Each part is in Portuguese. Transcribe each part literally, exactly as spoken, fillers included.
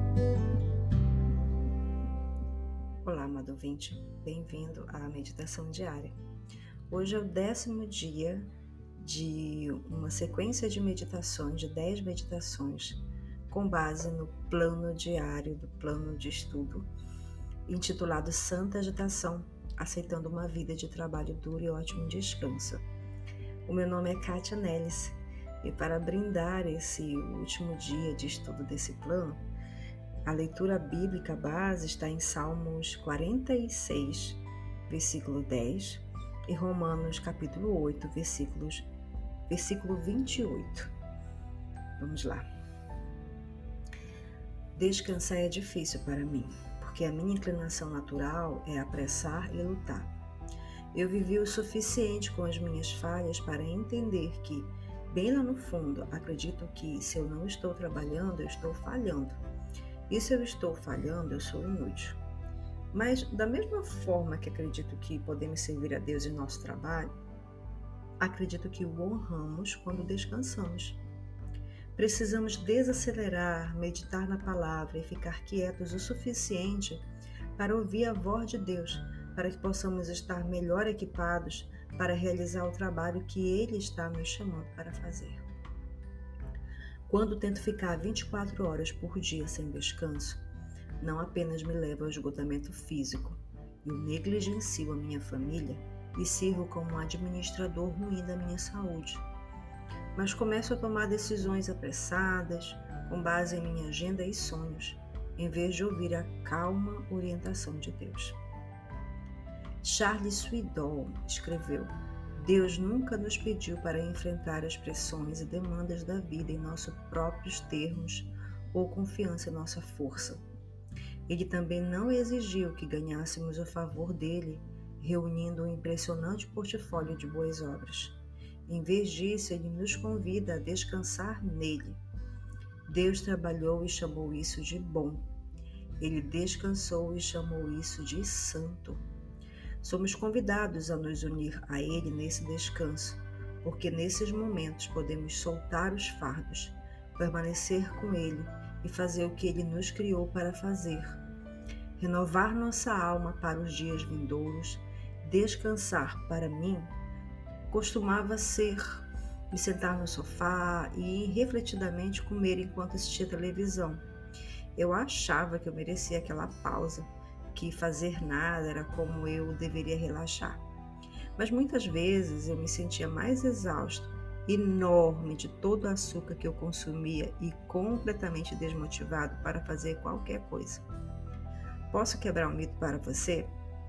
Olá, amado ouvinte, bem-vindo à meditação diária. Hoje é o décimo dia de uma sequência de meditações, de dez meditações, com base no plano diário do plano de estudo, intitulado Santa Agitação, aceitando uma vida de trabalho duro e ótimo descanso. O meu nome é Kátia Nelis, e para brindar esse último dia de estudo desse plano, a leitura bíblica base está em Salmos quarenta e seis, versículo dez, e Romanos capítulo oito, versículos, versículo vinte e oito. Vamos lá. Descansar é difícil para mim, porque a minha inclinação natural é apressar e lutar. Eu vivi o suficiente com as minhas falhas para entender que, bem lá no fundo, acredito que se eu não estou trabalhando, eu estou falhando. E se eu estou falhando, eu sou inútil. Mas, da mesma forma que acredito que podemos servir a Deus em nosso trabalho, acredito que o honramos quando descansamos. Precisamos desacelerar, meditar na palavra e ficar quietos o suficiente para ouvir a voz de Deus, para que possamos estar melhor equipados para realizar o trabalho que Ele está nos chamando para fazer. Quando tento ficar vinte e quatro horas por dia sem descanso, não apenas me levo ao esgotamento físico, eu negligencio a minha família e sirvo como um administrador ruim da minha saúde, mas começo a tomar decisões apressadas, com base em minha agenda e sonhos, em vez de ouvir a calma orientação de Deus. Charles Swindoll escreveu: Deus nunca nos pediu para enfrentar as pressões e demandas da vida em nossos próprios termos ou confiança em nossa força. Ele também não exigiu que ganhássemos o favor dele, reunindo um impressionante portfólio de boas obras. Em vez disso, ele nos convida a descansar nele. Deus trabalhou e chamou isso de bom. Ele descansou e chamou isso de santo. Somos convidados a nos unir a Ele nesse descanso, porque nesses momentos podemos soltar os fardos, permanecer com Ele e fazer o que Ele nos criou para fazer. Renovar nossa alma para os dias vindouros, descansar para mim, costumava ser me sentar no sofá e refletidamente comer enquanto assistia televisão. Eu achava que eu merecia aquela pausa, que fazer nada era como eu deveria relaxar. Mas muitas vezes eu me sentia mais exausto, enorme de todo o açúcar que eu consumia e completamente desmotivado para fazer qualquer coisa. Posso quebrar um mito para você?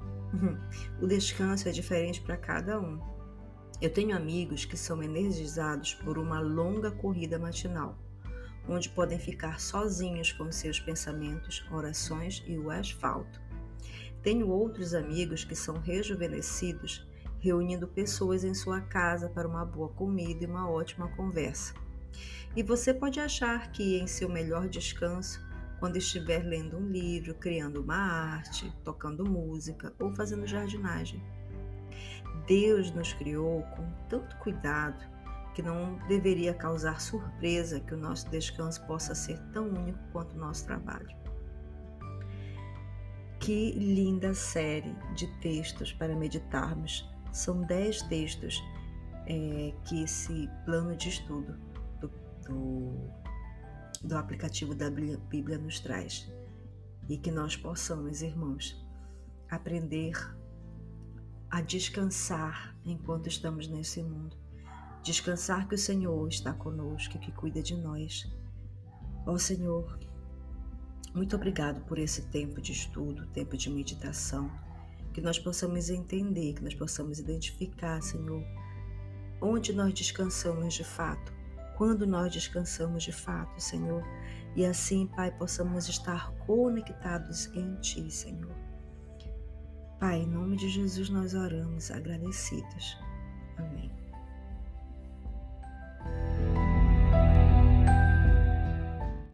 O descanso é diferente para cada um. Eu tenho amigos que são energizados por uma longa corrida matinal, onde podem ficar sozinhos com seus pensamentos, orações e o asfalto. Tenho outros amigos que são rejuvenescidos, reunindo pessoas em sua casa para uma boa comida e uma ótima conversa. E você pode achar que em seu melhor descanso, quando estiver lendo um livro, criando uma arte, tocando música ou fazendo jardinagem. Deus nos criou com tanto cuidado que não deveria causar surpresa que o nosso descanso possa ser tão único quanto o nosso trabalho. Que linda série de textos para meditarmos. São dez textos é, que esse plano de estudo do, do, do aplicativo da Bíblia nos traz. E que nós possamos, irmãos, aprender a descansar enquanto estamos nesse mundo. Descansar que o Senhor está conosco e que cuida de nós. Ó Senhor, muito obrigado por esse tempo de estudo, tempo de meditação, que nós possamos entender, que nós possamos identificar, Senhor, onde nós descansamos de fato, quando nós descansamos de fato, Senhor, e assim, Pai, possamos estar conectados em Ti, Senhor. Pai, em nome de Jesus nós oramos agradecidos. Amém.